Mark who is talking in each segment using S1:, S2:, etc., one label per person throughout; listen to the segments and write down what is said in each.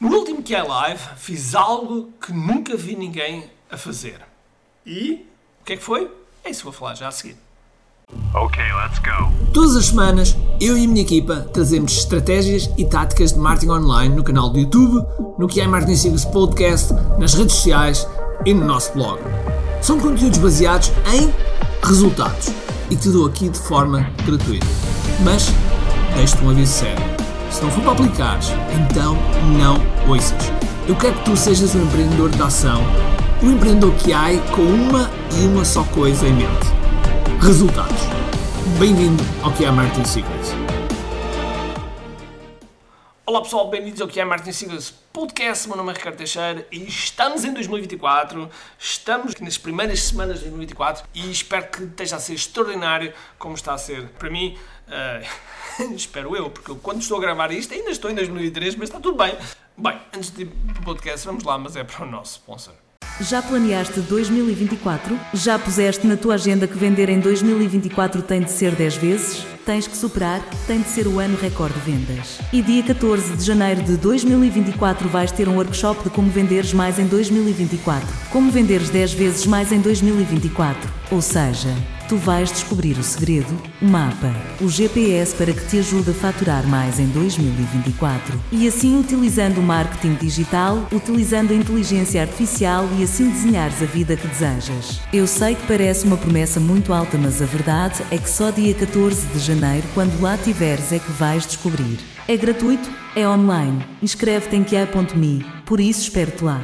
S1: No último QI Live fiz algo que nunca vi ninguém a fazer. E o que é que foi? É isso que vou falar já a seguir.
S2: Ok, let's go.
S1: Todas as semanas, eu e a minha equipa trazemos estratégias e táticas de marketing online no canal do YouTube, no QI Marketing Secrets Podcast, nas redes sociais e no nosso blog. São conteúdos baseados em resultados e te dou aqui de forma gratuita. Mas deixo-te um aviso sério. Se não for para aplicares, então não ouças. Eu quero que tu sejas um empreendedor de ação, um empreendedor que há com uma só coisa em mente: resultados. Bem-vindo ao QI Marketing Secrets. Olá pessoal, bem-vindos ao QI Marketing Secrets Podcast. Meu nome é Ricardo Teixeira e estamos em 2024. Estamos nas primeiras semanas de 2024 e espero que esteja a ser extraordinário como está a ser para mim. Espero eu, porque quando estou a gravar isto ainda estou em 2023, mas está tudo bem. Bem, antes de ir para o podcast, vamos lá, mas é para o nosso sponsor.
S3: Já planeaste 2024? Já puseste na tua agenda que vender em 2024 tem de ser 10 vezes? Tens que superar, tem de ser o ano recorde de vendas. E dia 14 de janeiro de 2024 vais ter um workshop de como venderes mais em 2024. Como venderes 10 vezes mais em 2024. Ou seja, tu vais descobrir o segredo, o mapa, o GPS para que te ajude a faturar mais em 2024. E assim, utilizando o marketing digital, utilizando a inteligência artificial e assim desenhares a vida que desejas. Eu sei que parece uma promessa muito alta, mas a verdade é que só dia 14 de janeiro, quando lá estiveres, é que vais descobrir. É gratuito, é online. Inscreve-te em QI.me, por isso espero-te lá.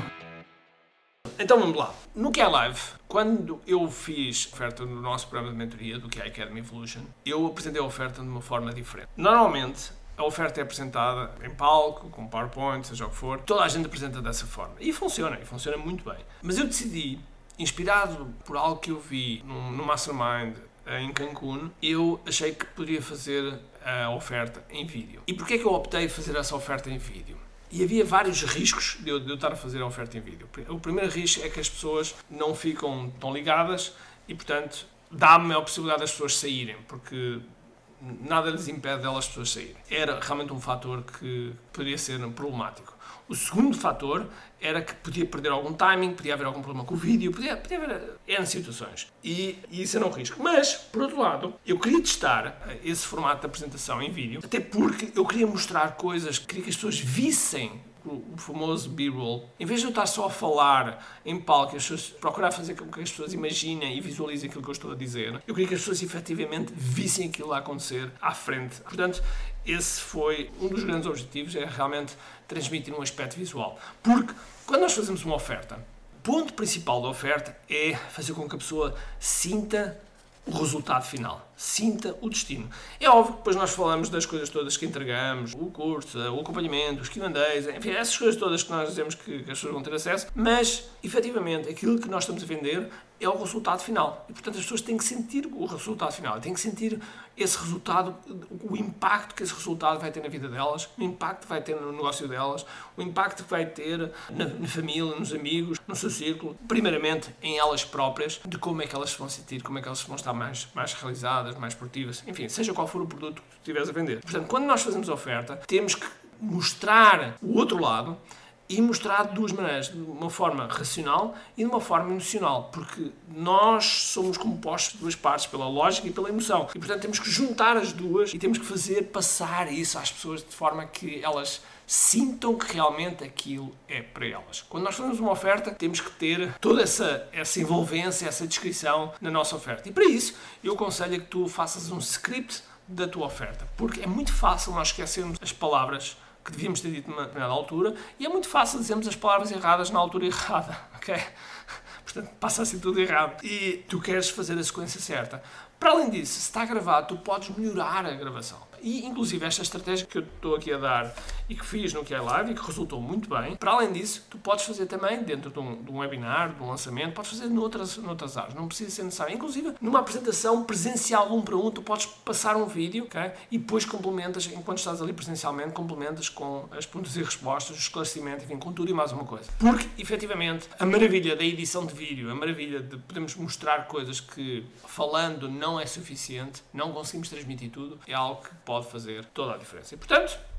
S1: Então vamos lá. No QI Live, quando eu fiz a oferta no nosso programa de mentoria do QI Academy Evolution, eu apresentei a oferta de uma forma diferente. Normalmente, a oferta é apresentada em palco, com PowerPoint, seja o que for. Toda a gente apresenta dessa forma. E funciona muito bem. Mas eu decidi, inspirado por algo que eu vi no Mastermind em Cancún, eu achei que poderia fazer a oferta em vídeo. E porquê é que eu optei por fazer essa oferta em vídeo? E havia vários riscos de eu estar a fazer a oferta em vídeo. O primeiro risco é que as pessoas não ficam tão ligadas e, portanto, dá-me a possibilidade das pessoas saírem, porque nada lhes impede delas pessoas saírem. Era realmente um fator que poderia ser problemático. O segundo fator era que podia perder algum timing, podia haver algum problema com o vídeo, podia haver N situações. E isso era um risco. Mas, por outro lado, eu queria testar esse formato de apresentação em vídeo, até porque eu queria mostrar coisas, queria que as pessoas vissem o famoso B-roll. Em vez de eu estar só a falar em palco, as pessoas procurar fazer com que as pessoas imaginem e visualizem aquilo que eu estou a dizer, eu queria que as pessoas efetivamente vissem aquilo a acontecer à frente. Portanto, esse foi um dos grandes objetivos, é realmente transmitir um aspecto visual. Porque quando nós fazemos uma oferta, o ponto principal da oferta é fazer com que a pessoa sinta o resultado final, sinta o destino. É óbvio que depois nós falamos das coisas todas que entregamos, o curso, o acompanhamento, os Q&As, enfim, essas coisas todas que nós dizemos que as pessoas vão ter acesso, mas, efetivamente, aquilo que nós estamos a vender é o resultado final. E, portanto, as pessoas têm que sentir o resultado final, têm que sentir esse resultado, o impacto que esse resultado vai ter na vida delas, o impacto que vai ter no negócio delas, o impacto que vai ter na família, nos amigos, no seu círculo, primeiramente em elas próprias, de como é que elas se vão sentir, como é que elas vão estar mais realizadas, mais produtivas, enfim, seja qual for o produto que tu estiveres a vender. Portanto, quando nós fazemos a oferta, temos que mostrar o outro lado e mostrar de duas maneiras, de uma forma racional e de uma forma emocional, porque nós somos compostos de duas partes, pela lógica e pela emoção, e portanto temos que juntar as duas e temos que fazer passar isso às pessoas de forma que elas sintam que realmente aquilo é para elas. Quando nós fazemos uma oferta, temos que ter toda essa envolvência, essa descrição na nossa oferta, e para isso eu aconselho que tu faças um script da tua oferta, porque é muito fácil nós esquecermos as palavras que devíamos ter dito numa determinada altura, e é muito fácil dizermos as palavras erradas na altura errada, ok? Portanto, passa assim tudo errado. E tu queres fazer a sequência certa. Para além disso, se está gravado, tu podes melhorar a gravação. E, inclusive, esta estratégia que eu estou aqui a dar e que fiz no QI Live e que resultou muito bem, para além disso, tu podes fazer também dentro de um webinar, de um lançamento, podes fazer noutras áreas, não precisa ser necessário. Inclusive, numa apresentação presencial 1 para 1, tu podes passar um vídeo, okay? E depois complementas, enquanto estás ali presencialmente, complementas com as perguntas e respostas, o esclarecimento, enfim, com tudo e mais uma coisa. Porque, efetivamente, a maravilha da edição de vídeo, a maravilha de podermos mostrar coisas que, falando, não é suficiente, não conseguimos transmitir tudo, é algo que pode fazer toda a diferença. E, portanto,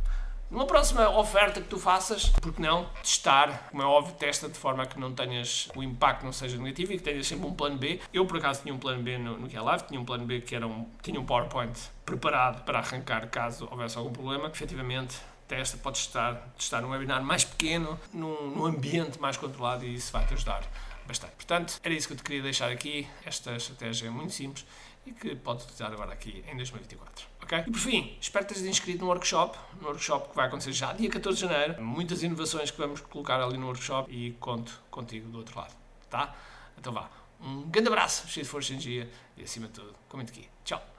S1: Numa próxima oferta que tu faças, porque não testar, como é óbvio, testa de forma a que não tenhas, o impacto não seja negativo e que tenhas sempre um plano B. Eu, por acaso, tinha um plano B no QI Live, tinha um plano B que tinha um PowerPoint preparado para arrancar caso houvesse algum problema. Efetivamente, podes testar num webinar mais pequeno, num ambiente mais controlado, e isso vai-te ajudar bastante. Portanto, era isso que eu te queria deixar aqui. Esta estratégia é muito simples e que podes utilizar agora aqui em 2024. Okay? E por fim, espero que estejas inscrito no workshop que vai acontecer já dia 14 de janeiro. Muitas inovações que vamos colocar ali no workshop e conto contigo do outro lado. Tá? Então vá. Um grande abraço, cheio de força e energia e acima de tudo, comente aqui. Tchau!